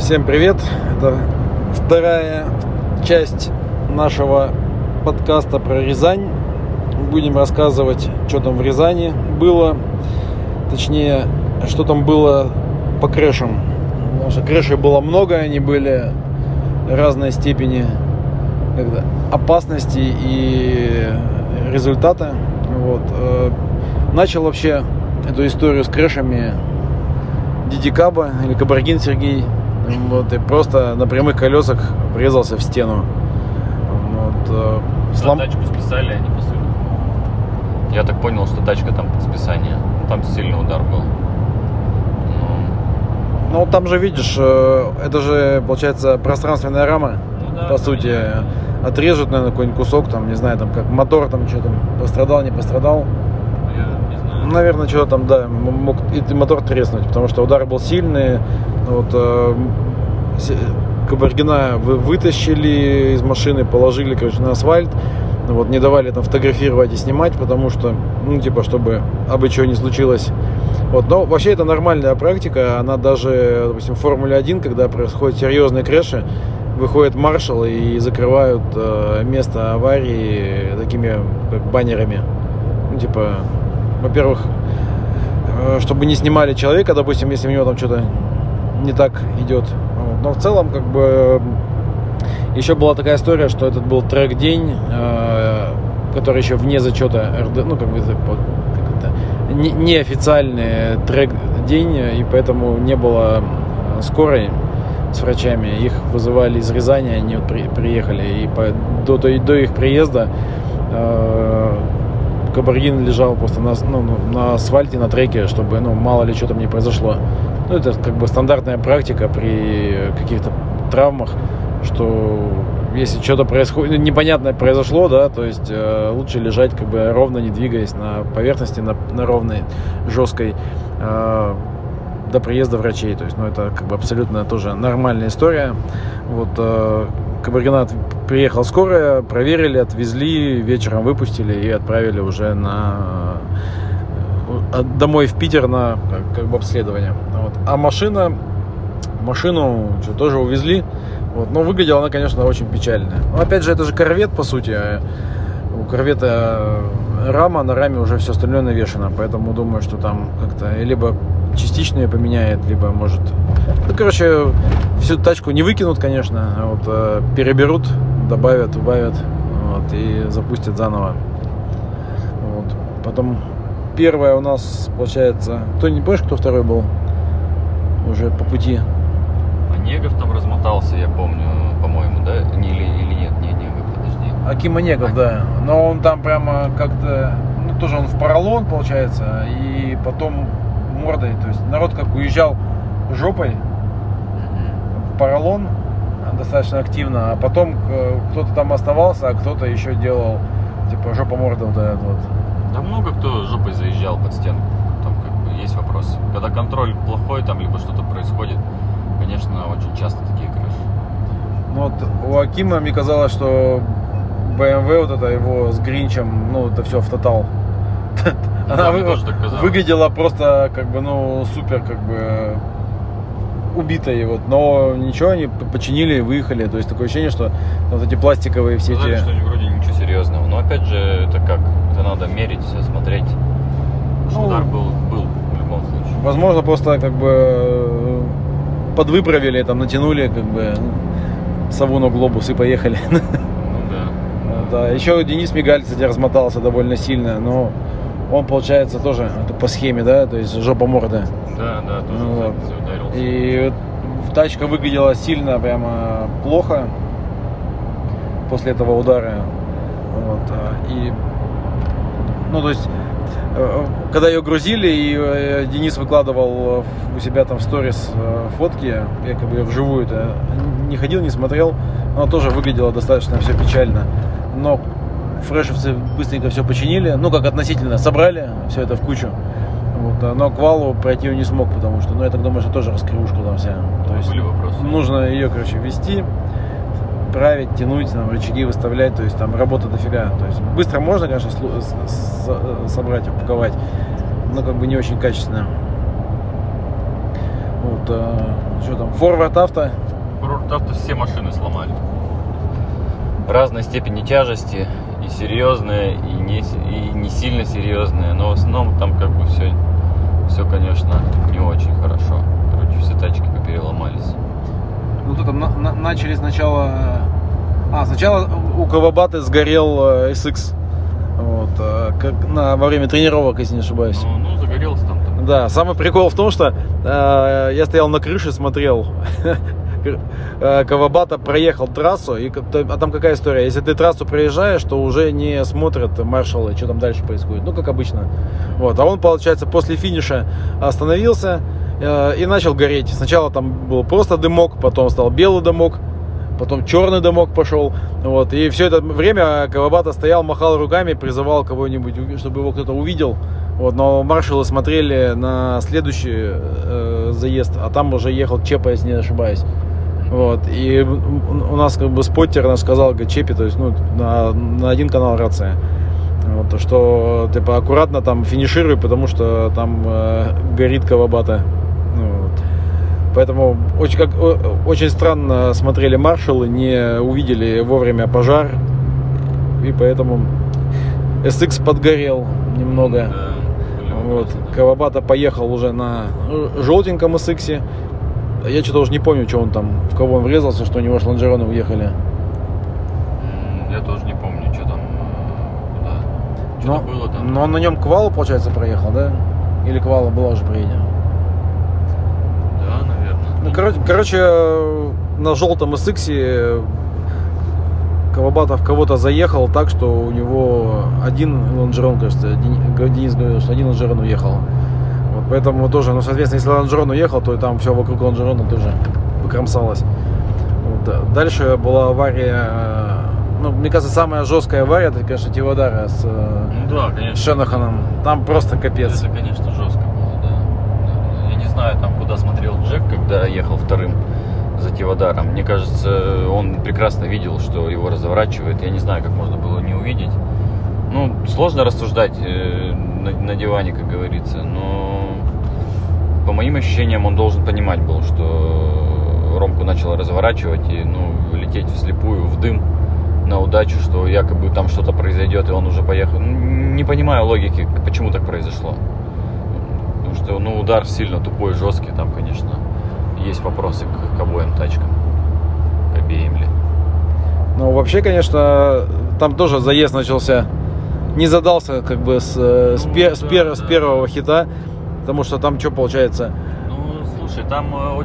Всем привет! Это вторая часть нашего подкаста про Рязань. Будем рассказывать, что там в Рязани было, точнее, что там было по крэшам. Потому что крэшей было много, они были разной степени опасности и результата. Вот. Начал вообще эту историю с крэшами Диди Каба или Кабаргин Сергей. Вот, и просто на прямых колесах врезался в стену. Вот, тачку списали, они по сути. Я так понял, что тачка там под списание. Там сильный удар был. Ну, там же, видишь, это же, получается, пространственная рама. Ну, да, по сути. Отрежут, наверное, какой-нибудь кусок, там, не знаю, там, как мотор, там, что там, пострадал, не пострадал. Я не знаю. Наверное, что-то там, да, мог и мотор треснуть, потому что удар был сильный. Вот, Кабаргина вытащили из машины, положили, короче, на асфальт. Вот, не давали там фотографировать и снимать, потому что, ну, типа, чтобы абы чего не случилось. Вот, но вообще это нормальная практика. Она даже, допустим, в Формуле 1, когда происходят серьезные крэши, выходят маршалы и закрывают место аварии такими как баннерами. Ну, типа, во-первых, чтобы не снимали человека, допустим, если у него там что-то не так идет. Вот. Но в целом, как бы, еще была такая история, что этот был трек-день, который еще вне зачета РД, ну, как бы, неофициальный трек-день, и поэтому не было скорой с врачами. Их вызывали из Рязани, они вот приехали. И до их приезда Кабаргин лежал просто на асфальте, на треке, чтобы, ну, мало ли что там не произошло. Ну, это как бы стандартная практика при каких-то травмах, что если что-то происходит, непонятное произошло, да, то есть лучше лежать как бы ровно, не двигаясь на поверхности, на ровной, жесткой, до приезда врачей. То есть, ну, это как бы абсолютно тоже нормальная история. Вот, Кабаргина приехал скорая, проверили, отвезли, вечером выпустили и отправили уже домой в Питер на как бы обследование. Вот. А машину тоже увезли. Вот. Но выглядела она, конечно, очень печально. Но опять же, это же корвет, по сути. У корвета рама, на раме уже все остальное навешено. Поэтому думаю, что там как-то либо частично ее поменяет, либо может... Ну, короче, всю тачку не выкинут, конечно. А вот переберут, добавят, убавят, вот, и запустят заново. Вот. Потом первая у нас, получается... Кто не помнишь, кто второй был? Уже по пути. Онегов там размотался, я помню, по-моему, да? Или нет? Не Онегов, подожди. Аким Онегов, да. Но он там прямо как-то... Ну, тоже он в поролон, получается, и потом мордой. То есть народ как уезжал жопой в поролон достаточно активно, а потом кто-то там оставался, а кто-то еще делал, типа, жопа-морда вот этот вот. Да много кто жопой заезжал под стенку. Там как бы есть вопрос. Когда контроль плохой, там либо что-то происходит, конечно, очень часто такие крыши. Ну вот у Акима мне казалось, что BMW вот это его с Гринчем, ну, это все в тотал. Она выглядела просто как бы, ну, супер, как бы убитой, вот. Но ничего, они починили и выехали. То есть такое ощущение, что вот эти пластиковые все сказали, эти... что вроде ничего серьезного. Но опять же, это как? Это надо мерить, все смотреть. Ну, удар был в любом случае. Возможно, просто как бы подвыправили, там натянули как бы сову на глобус и поехали. Ну да. Да. Еще Денис Мигаль, кстати, размотался довольно сильно, но он, получается, тоже по схеме, да, то есть жопа-морда. Да, тоже вот. Ударился. И тачка выглядела сильно, прямо плохо после этого удара. Вот. И, ну, то есть, когда ее грузили, и Денис выкладывал у себя там в сторис фотки, я как бы вживую-то не ходил, не смотрел, но тоже выглядело достаточно все печально. Но фрешевцы быстренько все починили, ну, как относительно, собрали все это в кучу. Вот, но к валу пройти не смог, потому что, ну, я так думаю, что тоже раскрывушка там вся. То есть были вопросы. Нужно ее, короче, вести, править, тянуть, там, рычаги выставлять, то есть там работа дофига. То есть быстро можно, конечно, собрать, упаковать, но как бы не очень качественно. Вот, что там, Forward Auto. Forward Auto все машины сломали. Разной степени тяжести, и серьезные, и не сильно серьезные, но в основном там как бы все, конечно, не очень хорошо. Короче, все тачки попереломались. Ну, тут там начали сначала... Сначала у Кавабаты сгорел SX. Вот, во время тренировок, если не ошибаюсь. Ну, загорелся там. Да, самый прикол в том, что я стоял на крыше, смотрел. Кавабата проехал трассу, а там какая история? Если ты трассу проезжаешь, то уже не смотрят маршалы, что там дальше происходит. Ну, как обычно. Вот. А он, получается, после финиша остановился и начал гореть. Сначала там был просто дымок, потом стал белый дымок, потом черный дымок пошел. Вот. И все это время Кавабата стоял, махал руками, призывал кого-нибудь, чтобы его кто-то увидел. Вот, но маршалы смотрели на следующий заезд, а там уже ехал Чепа, если не ошибаюсь. Вот, и у нас как бы споттер наш сказал, говорит, Чепи, то есть на один канал рация. Вот, что типа аккуратно там финишируй, потому что там горит Кавабата. Вот. Поэтому очень странно смотрели маршалы, не увидели вовремя пожар, и поэтому SX подгорел немного. Вот. Кавабата поехал уже на желтеньком SX. Я что-то уже не помню, что он там, в кого он врезался, что у него шланжероны уехали. Я тоже не помню, что там, куда. Что-то было там. Но он на нем к валу, получается, проехал, да? Или к валу была уже проедена? Да, наверное. Ну, короче, на желтом SX Кавабата в кого-то заехал так, что у него один лонжерон, кажется, Денис говорил, что один лонжерон уехал. Вот, поэтому тоже, соответственно, если лонжерон уехал, то там все вокруг лонжерона тоже выкромсалось. Вот, да. Дальше была авария, мне кажется, самая жесткая авария, это, конечно, Тивадара с Шенаханом. Там просто капец. Это, конечно, жестко было, да. Я не знаю, там, куда смотрел Джек, когда ехал вторым за Тивадаром. Мне кажется, он прекрасно видел, что его разворачивает. Я не знаю, как можно было не увидеть. Сложно рассуждать на диване, как говорится, но по моим ощущениям он должен понимать был, что Ромку начало разворачивать и лететь вслепую в дым на удачу, что якобы там что-то произойдет, и он уже поехал. Не понимаю логики, почему так произошло. Потому что удар сильно тупой, жесткий, там, конечно, есть вопросы к обоим тачкам, к обеим ли. Вообще, конечно, там тоже заезд начался, не задался как бы с первого хита, потому что там что получается? Слушай, там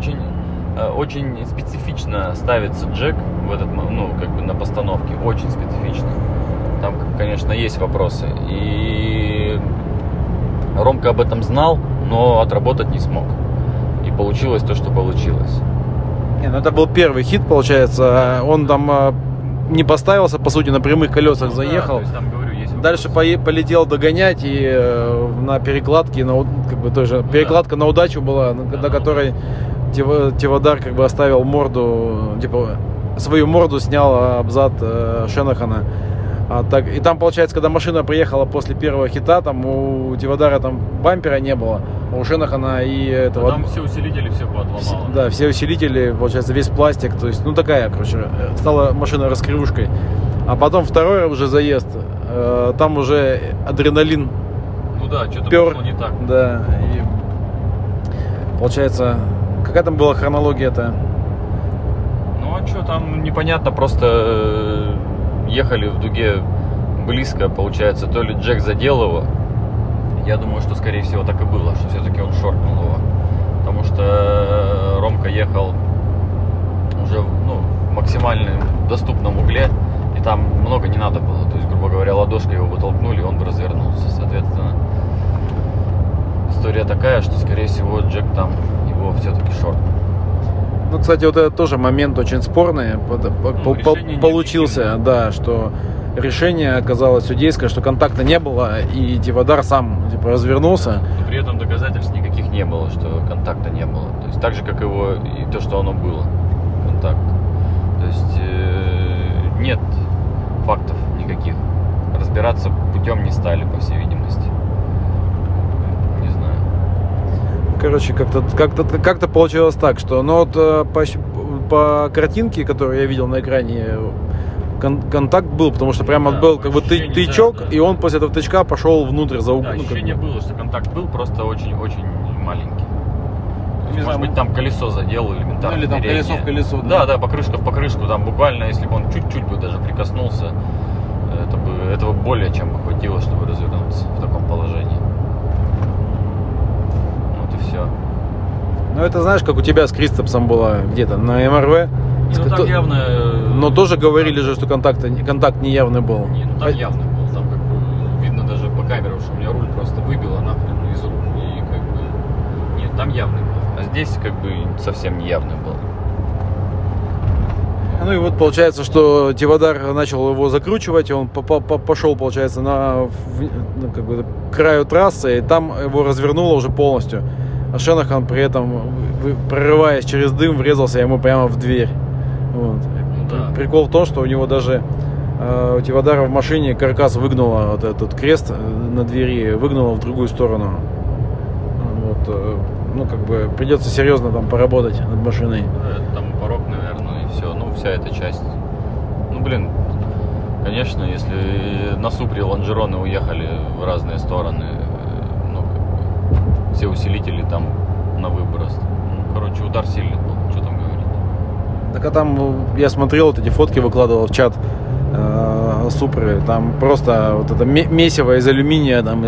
очень специфично ставится Джек в этот, на постановке, очень специфично. Там, конечно, есть вопросы. И Ромка об этом знал, но отработать не смог. И получилось то, что получилось. Это был первый хит, получается. Он там не поставился, по сути, на прямых колесах заехал. Да, то есть, там, говорю, есть дальше полетел догонять, и на перекладке, перекладка на удачу была, на которой Тивадар как бы оставил морду, свою морду снял об зад Шенахана. И там, получается, когда машина приехала после первого хита, там у Тивадара там бампера не было, у Шенахана и этого... Там все усилители все поотломало. Да, все усилители, получается, весь пластик, то есть, такая, короче, стала машина раскривушкой. А потом второй уже заезд, там уже адреналин что-то пёр, пошло не так. Да, и получается, какая там была хронология-то? Там непонятно, просто ехали в дуге близко, получается, то ли Джек задел его. Я думаю, что, скорее всего, так и было, что все-таки он шоркнул его. Потому что Ромка ехал уже в максимально доступном угле, и там много не надо было. То есть, грубо говоря, ладошкой его бы толкнули, он бы развернулся. Соответственно, история такая, что, скорее всего, Джек там его все-таки шоркнул. Кстати, вот это тоже момент очень спорный получился, да, что решение оказалось судейское, что контакта не было, и Тивадар сам развернулся. Но при этом доказательств никаких не было, что контакта не было. То есть так же, как его и то, что оно было, контакт. То есть нет фактов никаких. Разбираться путем не стали, по всей видимости. Не знаю. короче, как-то получилось так, что, ну вот по картинке, которую я видел на экране, контакт был, потому что прямо Да, был как бы тычок, да. и он после этого тычка пошел внутрь за угол. Да, ощущение было, что контакт был, просто очень-очень маленький. Не Может знаю, быть, там колесо задело элементарно. Ну, или там переднее. колесо в колесо, Да, да. покрышка в покрышку. Там буквально, если бы он чуть-чуть бы даже прикоснулся, этого более чем бы хватило, чтобы развернуться в таком положении. Вот и все. Ну это знаешь, как у тебя с Кристопсом было где-то на МРВ. Ну, там явно... Но тоже говорили же, что контакт неявный был. Не, ну там явно был. Там как бы видно даже по камерам, что у меня руль просто выбило нахрен из рук. И как бы... Нет, там явный был. А здесь как бы совсем не явный был. Ну и вот получается, что Тивадар начал его закручивать, и он пошел, получается, как бы, к краю трассы, и там его развернуло уже полностью. А Шенахан при этом, прорываясь через дым, врезался ему прямо в дверь. Вот. Да. Прикол в том, что у него даже у Тивадара в машине каркас выгнуло, вот этот крест на двери выгнуло в другую сторону. Вот. Ну, как бы придется серьезно там поработать над машиной. Да, там порог, наверное, и все. Ну, вся эта часть. Ну, блин, конечно, если на Супре лонжероны уехали в разные стороны, ну, как бы, все усилители там на выброс. Ну, короче, удар сильный был, что там говорить. Так а там я смотрел, вот эти фотки выкладывал в чат Супры, там просто вот это месиво из алюминия, там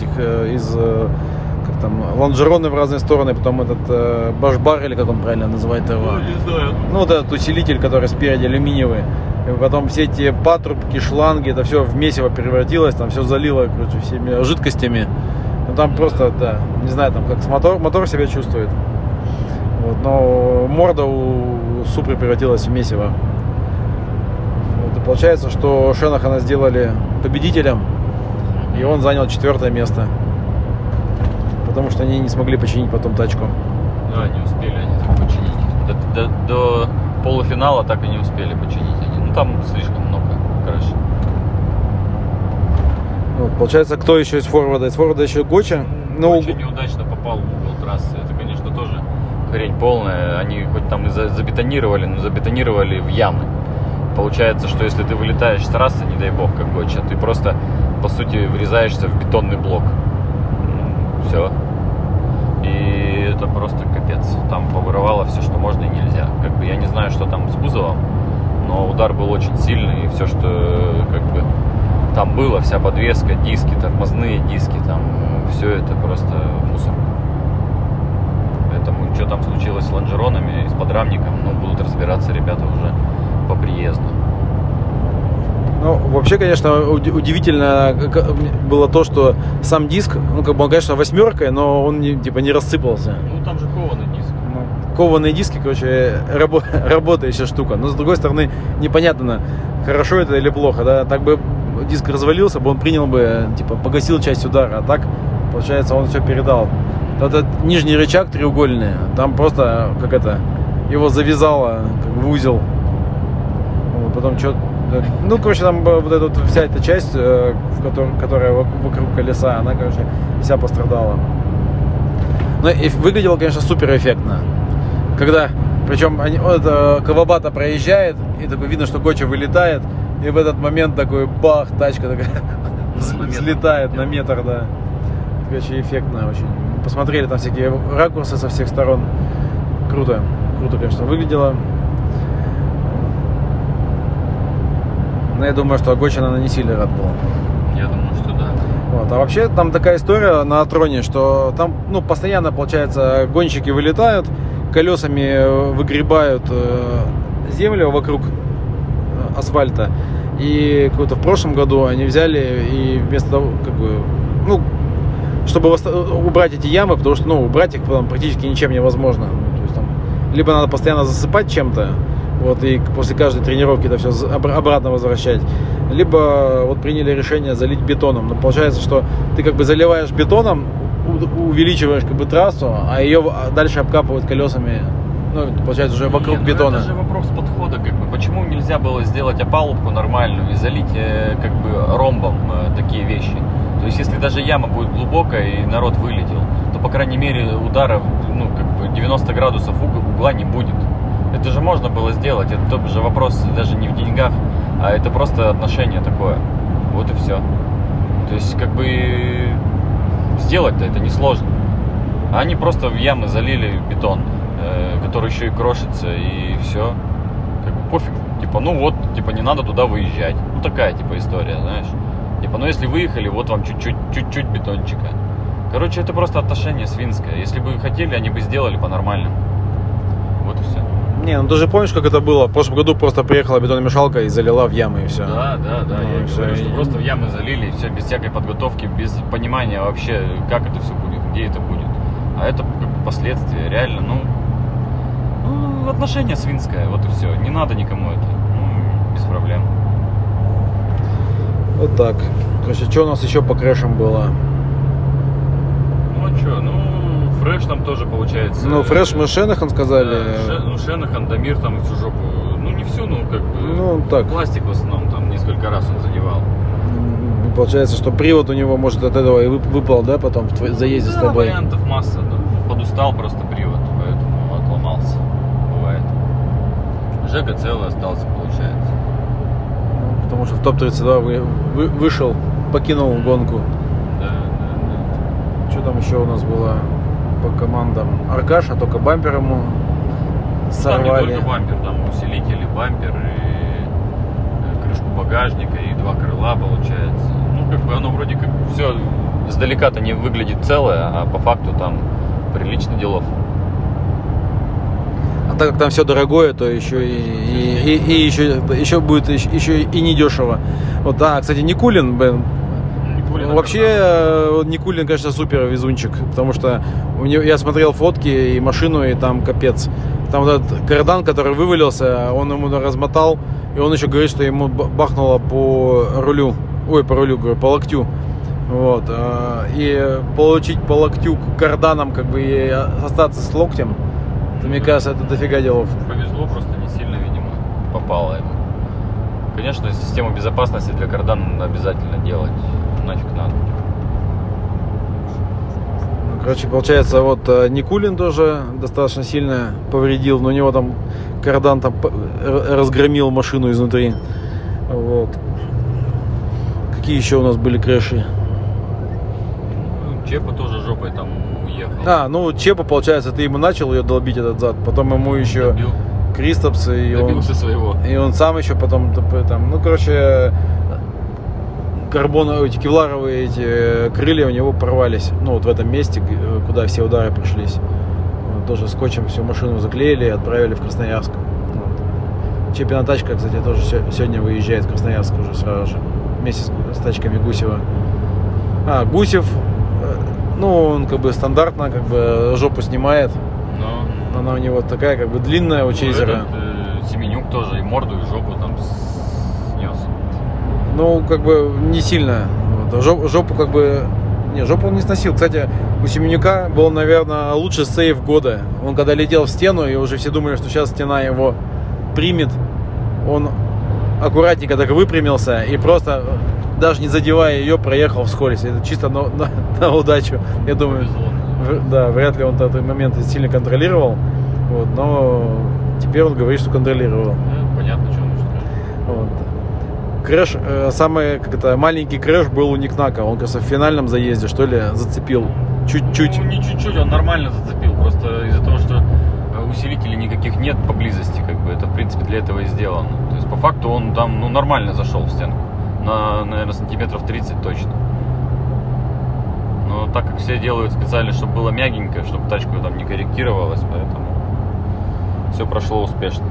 как там, лонжероны в разные стороны, потом этот башбар, или как он правильно называет его. Не знаю. Ну, вот этот усилитель, который спереди алюминиевый. И потом все эти патрубки, шланги, это все в месиво превратилось, там все залило, короче, всеми жидкостями. Ну, там просто, да, не знаю, там как мотор себя чувствует. Вот, но морда у Супры превратилась в месиво. Вот, и получается, что Шенахана сделали победителем, и он занял 4-е место. Потому что они не смогли починить потом тачку. Да, не успели они так починить. До полуфинала так и не успели починить они. Ну, там слишком много краш. Вот, получается, кто еще из форварда? Из форварда еще Гоча. Ну, Очень неудачно попал в угол трассы. Это, конечно, тоже хрень полная. Они хоть там и забетонировали, но забетонировали в ямы. Получается, что если ты вылетаешь с трассы, не дай бог, как Гоча, ты просто, по сути, врезаешься в бетонный блок. Все. И это просто капец. Там повырывало все, что можно и нельзя. Как бы я не знаю, что там с кузовом, но удар был очень сильный. И все, что как бы там было, вся подвеска, диски, тормозные диски, там все это просто мусор. Поэтому что там случилось с лонжеронами и с подрамником, ну, будут разбираться ребята уже по приезду. Ну, вообще, конечно, удивительно было то, что сам диск, ну, как бы он, конечно, 8-ка, но он не рассыпался. Ну, там же кованый диск. Ну, кованые диски, короче, работающая штука. Но, с другой стороны, непонятно, хорошо это или плохо, да. Так бы диск развалился бы, он принял бы, погасил часть удара, а так, получается, он все передал. Этот нижний рычаг треугольный, там просто, его завязало, как в узел. Потом что-то... Ну, короче, там вот эта вся эта часть, которая вокруг колеса, она, короче, вся пострадала. Ну, и выглядело, конечно, супер эффектно. Когда, причем, Кавабата проезжает, и такой видно, что Гоча вылетает, и в этот момент такой бах, тачка такая взлетает на метр, да. Короче, эффектно очень. Посмотрели там всякие ракурсы со всех сторон. Круто, конечно, выглядело. Но я думаю, что Гоча, наверное, не сильно рад был. Я думаю, что да. Вот. А вообще там такая история на Атроне, что там, ну, постоянно, получается, гонщики вылетают, колесами выгребают землю вокруг асфальта. И какой-то в прошлом году они взяли и вместо того, чтобы убрать эти ямы, потому что, убрать их потом практически ничем невозможно. То есть, там, либо надо постоянно засыпать чем-то, вот, и после каждой тренировки это все обратно возвращать. Либо вот приняли решение залить бетоном. Но получается, что ты заливаешь бетоном, увеличиваешь трассу, а ее дальше обкапывают колесами. Ну, получается, уже вокруг бетона. Это же вопрос подхода, почему нельзя было сделать опалубку нормальную и залить ромбом такие вещи. То есть, если даже яма будет глубокая и народ вылетел, то по крайней мере, удара, ну, как бы 90 градусов угла не будет. Это же можно было сделать. Это тот же вопрос даже не в деньгах, а это просто отношение такое. Вот и все. То есть, как бы, сделать-то это несложно. А они просто в ямы залили бетон, который еще и крошится, и все. Как бы пофиг. Типа, ну вот, типа, не надо туда выезжать. Ну, такая, типа, история, знаешь. Типа, ну, если выехали, вот вам чуть-чуть бетончика. Короче, это просто отношение свинское. Если бы хотели, они бы сделали по-нормальному. Вот и все. Не, ну ты же помнишь, как это было? В прошлом году просто приехала бетономешалка и залила в ямы, и все. Да, Ну, я всё, говорю, что и- просто в ямы залили, и все, без всякой подготовки, без понимания вообще, как это все будет, где это будет. А это как бы последствия, реально, ну, отношение свинское, вот и все. Не надо никому это, ну, без проблем. Вот так. Короче, что у нас еще по крэшам было? Ну, а что, ну, Фреш там тоже получается. Ну, Фреш мы Шенахан сказали. Ну, Шенахан, Дамир там всю жопу, ну, не всю, ну, как бы, Ну, так. пластик в основном, там, несколько раз он задевал. Получается, что привод у него, может, от этого и выпал, да, потом в заезде с Да, тобой. вариантов масса, да. Подустал просто привод, поэтому отломался. Бывает. Жека целый остался, получается. Ну, потому что в топ-32 вышел, покинул гонку. Да. Что там еще у нас было по командам? Аркаша, только бампер ему Там сорвали. не только бампер, там усилители, бампер и крышку багажника, и два крыла, получается. Ну, как бы оно вроде как все издалека-то не выглядит целое, а по факту там прилично делов. А так как там все дорогое, то еще и еще будет еще и недешево. Вот, кстати, Никулин, вообще Никулин, конечно, супер везунчик, потому что у него, я смотрел фотки и машину, и там капец. Там вот этот кардан, который вывалился, он ему размотал, и он еще говорит, что ему бахнуло по рулю. Ой, по рулю, говорю, по локтю. Вот. И получить по локтю карданом, как бы, и остаться с локтем, то, мне кажется, это дофига делов. Повезло, просто не сильно, видимо, попало ему. Конечно, систему безопасности для кардана надо обязательно делать. Нафиг надо. Короче, получается, вот Никулин тоже достаточно сильно повредил, но у него там кардан там разгромил машину изнутри. Вот. Какие еще у нас были крэши? Чепа тоже жопой там уехал. Ну Чепа, получается, ты ему начал ее долбить этот зад, потом ему еще Добил. Кристопс, и Добился своего. он сам еще потом там, ну, короче, карбоновые, эти кевларовые эти крылья у него порвались, ну, вот в этом месте, куда все удары пришлись. Вот, тоже скотчем всю машину заклеили и отправили в Красноярск. Вот. Чепина тачка, кстати, тоже сегодня выезжает в Красноярск уже сразу же, вместе с тачками Гусева. Гусев, ну, он как бы стандартно, как бы жопу снимает. Но Она у него такая, как бы, длинная у Чейзера. Семенюк тоже и морду, и жопу там снес. Ну, как бы, не сильно. Вот. Жопу, как бы... Не, жопу он не сносил. Кстати, у Семенюка был, наверное, лучший сейв года. Он когда летел в стену, и уже все думали, что сейчас стена его примет, он аккуратненько так выпрямился и просто, даже не задевая ее, проехал вскользь. Это чисто на удачу, я думаю. Повезло. Да, вряд ли он в этот момент сильно контролировал. Вот, но теперь он говорит, что контролировал. Понятно, что нужно. Вот. Крэш, самый маленький крэш был у Никнака. Он, кажется, в финальном заезде, что ли, зацепил. Чуть-чуть. Ну, не чуть-чуть, он нормально зацепил. Просто из-за того, что усилителей никаких нет поблизости, как бы это, в принципе, для этого и сделано. То есть, по факту, он там, ну, нормально зашел в стенку. На, наверное, сантиметров 30 точно. Но так как все делают специально, чтобы было мягенько, чтобы тачка там не корректировалась, поэтому все прошло успешно.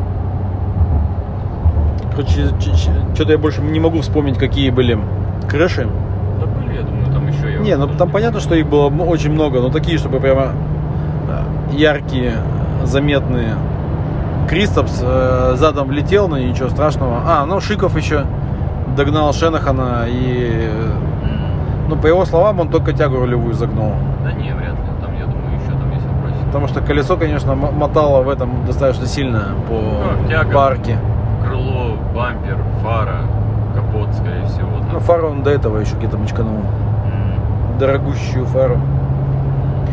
Короче, что-то я больше не могу вспомнить, какие были крэши. Да были, я думаю, там еще... Не, ну там понятно, что их было очень много, но такие, чтобы прямо яркие, заметные. Кристопс задом влетел, но ничего страшного. Ну Шиков еще догнал Шенахана и... Ну, по его словам, он только тягу рулевую загнул. Да не, вряд ли. Там, я думаю, еще там есть вопросы. Потому что колесо, конечно, мотало в этом достаточно сильно по арке. Крыло, бампер, фара, капот, скорее всего. Там. Ну, фару он до этого еще где-то мочканул. Дорогущую фару.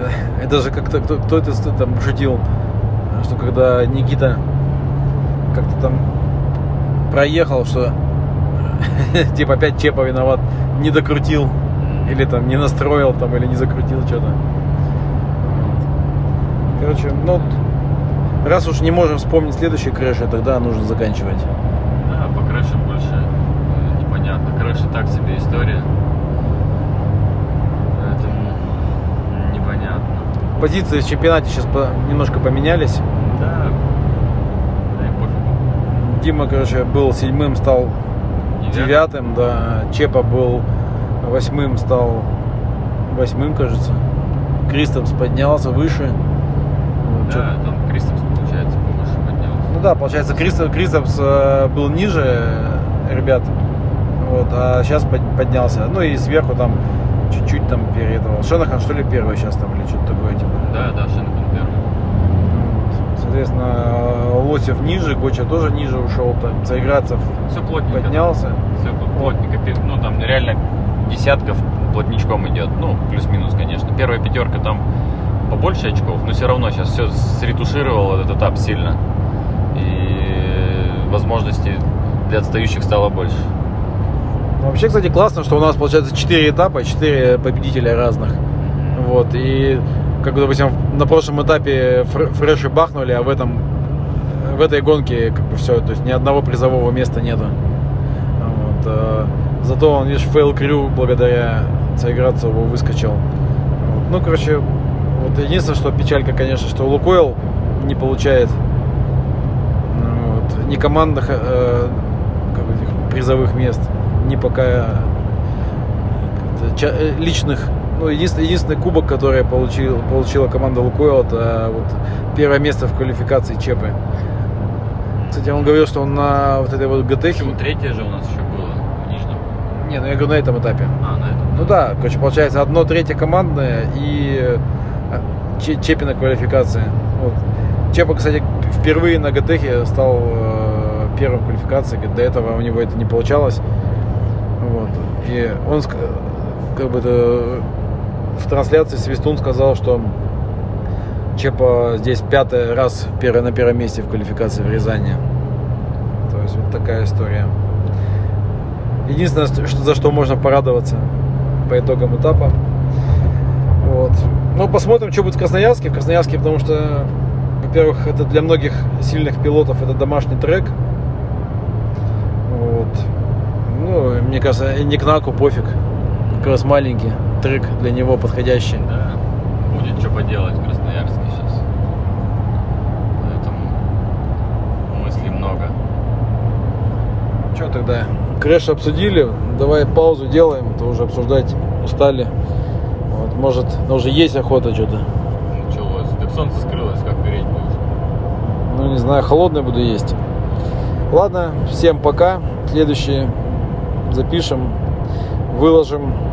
Это же как-то кто это там шутил, что когда Никита как-то там проехал, что типа опять Чепа виноват, не докрутил или там не настроил там или не закрутил что-то. Короче, ну раз уж не можем вспомнить следующий крэши, тогда нужно заканчивать. Да, по крэшам больше непонятно. Крэши так себе история. Поэтому непонятно. Позиции в чемпионате сейчас немножко поменялись. Да. Да и пофигу. Дима, короче, был 7-м, стал 9-м, да. Чепа был 8-м, стал 8-м, кажется. Кристопс поднялся выше. Да, там Кристопс, получается, повыше поднялся. Ну да, получается, Кристопс был ниже ребят, вот, а сейчас поднялся. Ну и сверху там чуть-чуть там переедал. Шенахан, что ли, первый сейчас там или что-то такое, типа. Да, Шенахан первый. Соответственно, Лосев ниже, Гоча тоже ниже ушел, там, Цареградцев все плотненько. Поднялся. Все плотненько. Ну там реально десятков плотничком идет. Ну, плюс-минус, конечно. Первая пятерка там побольше очков, но все равно сейчас все сретушировал этот этап сильно. И возможностей для отстающих стало больше. Вообще, кстати, классно, что у нас получается 4 этапа, 4 победителя разных. Вот. И как, допустим, на прошлом этапе фреши бахнули, а в этой гонке как бы все, то есть ни одного призового места нету. Вот. Зато он, видишь, Fail Crew благодаря Цареградцеву выскочил. Вот. Ну, короче, вот единственное, что печалька, конечно, что Лукойл не получает вот, ни командных призовых мест, ни пока личных. Ну, единственный кубок, который получила команда Лукойл, это вот первое место в квалификации Чепы. Кстати, он говорил, что он на вот этой вот ГТХ... Почему третье же у нас еще было в Нижнем? Не, ну я говорю на этом этапе. На этом. Ну да, короче, получается 1/3 командная и Чепина квалификация. Вот. Чепа, кстати, впервые на ГТХ стал первым в квалификации, до этого у него это не получалось. Вот. И он как бы в трансляции Свистун сказал, что Чепа здесь 5-й раз на первом месте в квалификации в Рязани. То есть вот такая история. Единственное, за что можно порадоваться по итогам этапа. Вот. Ну, посмотрим, что будет в Красноярске. В Красноярске, потому что, во-первых, это для многих сильных пилотов это домашний трек. Вот. Ну, мне кажется, и Никнаку пофиг. Как раз маленький трек для него подходящий. Да, будет что поделать в Красноярске сейчас. Поэтому мыслей много. Что тогда? Крэш обсудили, давай паузу делаем, а то уже обсуждать устали. Вот, может, уже есть охота что-то. Началось. Так солнце скрылось, как гореть будешь? Ну, не знаю, холодное буду есть. Ладно, всем пока. Следующие запишем, выложим.